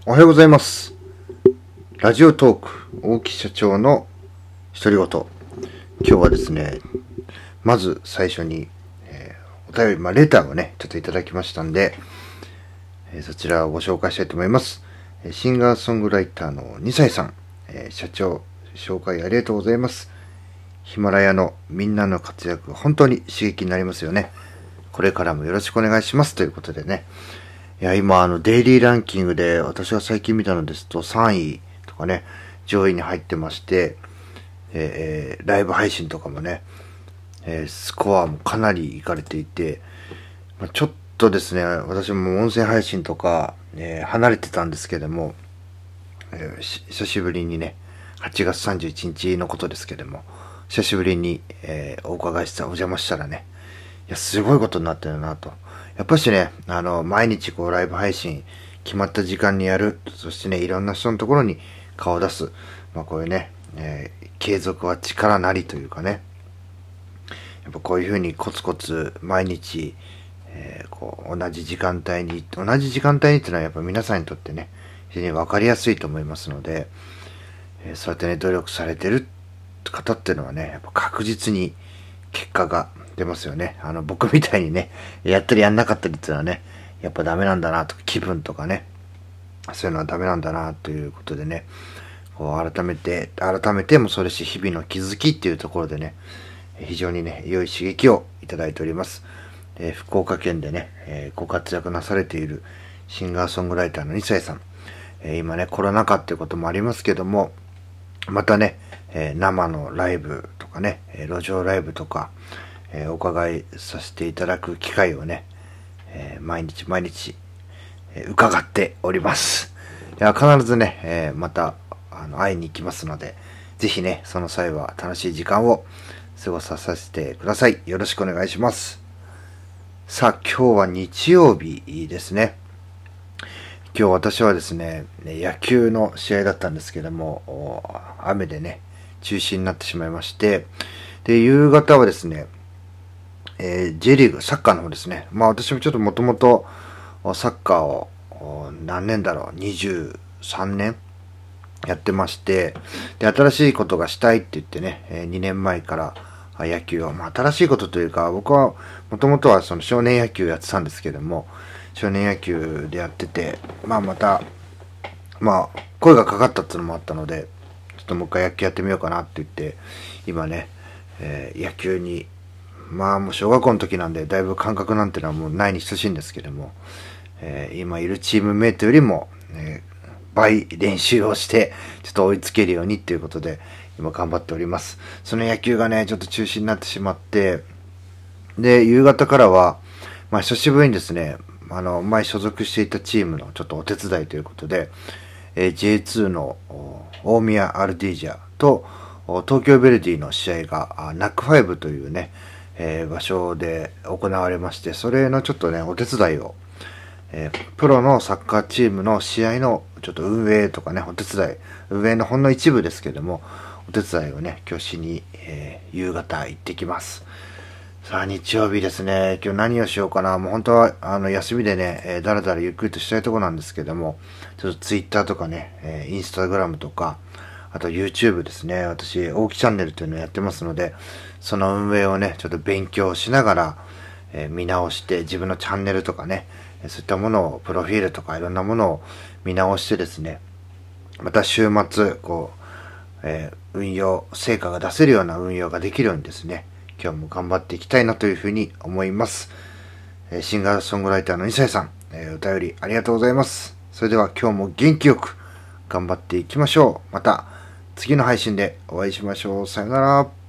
おはようございます。ラジオトーク大木社長の独り言。今日はですね、まず最初に、お便り、レターをねちょっといただきましたんで、そちらをご紹介したいと思います。シンガーソングライターの2歳さん、社長紹介ありがとうございます。ヒマラヤのみんなの活躍本当に刺激になりますよね。これからもよろしくお願いしますということでね。いや、今デイリーランキングで私が最近見たのですと3位とかね、上位に入ってまして、ライブ配信とかもね、スコアもかなりいかれていて、ちょっとですね、私も音声配信とか、離れてたんですけども、久しぶりにね、8月31日のことですけども、久しぶりに、お邪魔したらね、いや、すごいことになってるなと。やっぱしね、毎日こうライブ配信、決まった時間にやる。そしてね、いろんな人のところに顔を出す。こういうね、継続は力なりというかね。やっぱこういう風にコツコツ毎日、こう同じ時間帯にっていうのはやっぱ皆さんにとってね、非常に分かりやすいと思いますので、そうやってね、努力されてる方っていうのはね、やっぱ確実に結果が出ますよね。僕みたいにね、やったりやんなかったりっていうのはね、やっぱダメなんだなとか、気分とかね、そういうのはダメなんだなということでね、こう改めてもそうですし、日々の気づきっていうところでね、非常にね、良い刺激をいただいております。福岡県でね、ご活躍なされているシンガーソングライターの2歳さん。今ね、コロナ禍っていうこともありますけども、またね、生のライブとかね、路上ライブとか、お伺いさせていただく機会をね、毎日、伺っております。いや、必ずね、また会いに行きますので、ぜひね、その際は楽しい時間を過ごさせてください。よろしくお願いします。さあ、今日は日曜日ですね。今日私はですね、野球の試合だったんですけども、雨でね、中止になってしまいまして、で、夕方はですね、J リーグ、サッカーの方ですね。私もちょっともともとサッカーを何年だろう、23年やってまして、で、新しいことがしたいって言ってね、2年前から野球を、新しいことというか、僕はもともとはその少年野球やってたんですけども、少年野球でやってて、また、声がかかったっていうのもあったので、ちょっともう一回野球やってみようかなって言って、今ね、野球に、もう小学校の時なんで、だいぶ感覚なんてのはもうないに等しいんですけども、今いるチームメイトよりも、倍練習をして、ちょっと追いつけるようにっていうことで、今頑張っております。その野球がね、ちょっと中止になってしまって、で、夕方からは、久しぶりにですね、前所属していたチームのちょっとお手伝いということで、J2 の大宮アルディージャと東京ヴェルディの試合がナックファイブというね、場所で行われまして、それのちょっとね、お手伝いを、プロのサッカーチームの試合のちょっと運営とかね、お手伝い、運営のほんの一部ですけども、お手伝いをね、今日しに、夕方行ってきます。さあ、日曜日ですね。今日何をしようかな。もう本当は、休みでね、だらだらゆっくりとしたいところなんですけども、ちょっとツイッターとかね、インスタグラムとか、あと YouTube ですね。私、大木チャンネルというのをやってますので、その運営をね、ちょっと勉強しながら、見直して、自分のチャンネルとかね、そういったものを、プロフィールとかいろんなものを見直してですね、また週末、運用、成果が出せるような運用ができるようにですね、今日も頑張っていきたいなというふうに思います。シンガーソングライターの2歳さん、お便りありがとうございます。それでは今日も元気よく頑張っていきましょう。また次の配信でお会いしましょう。さよなら。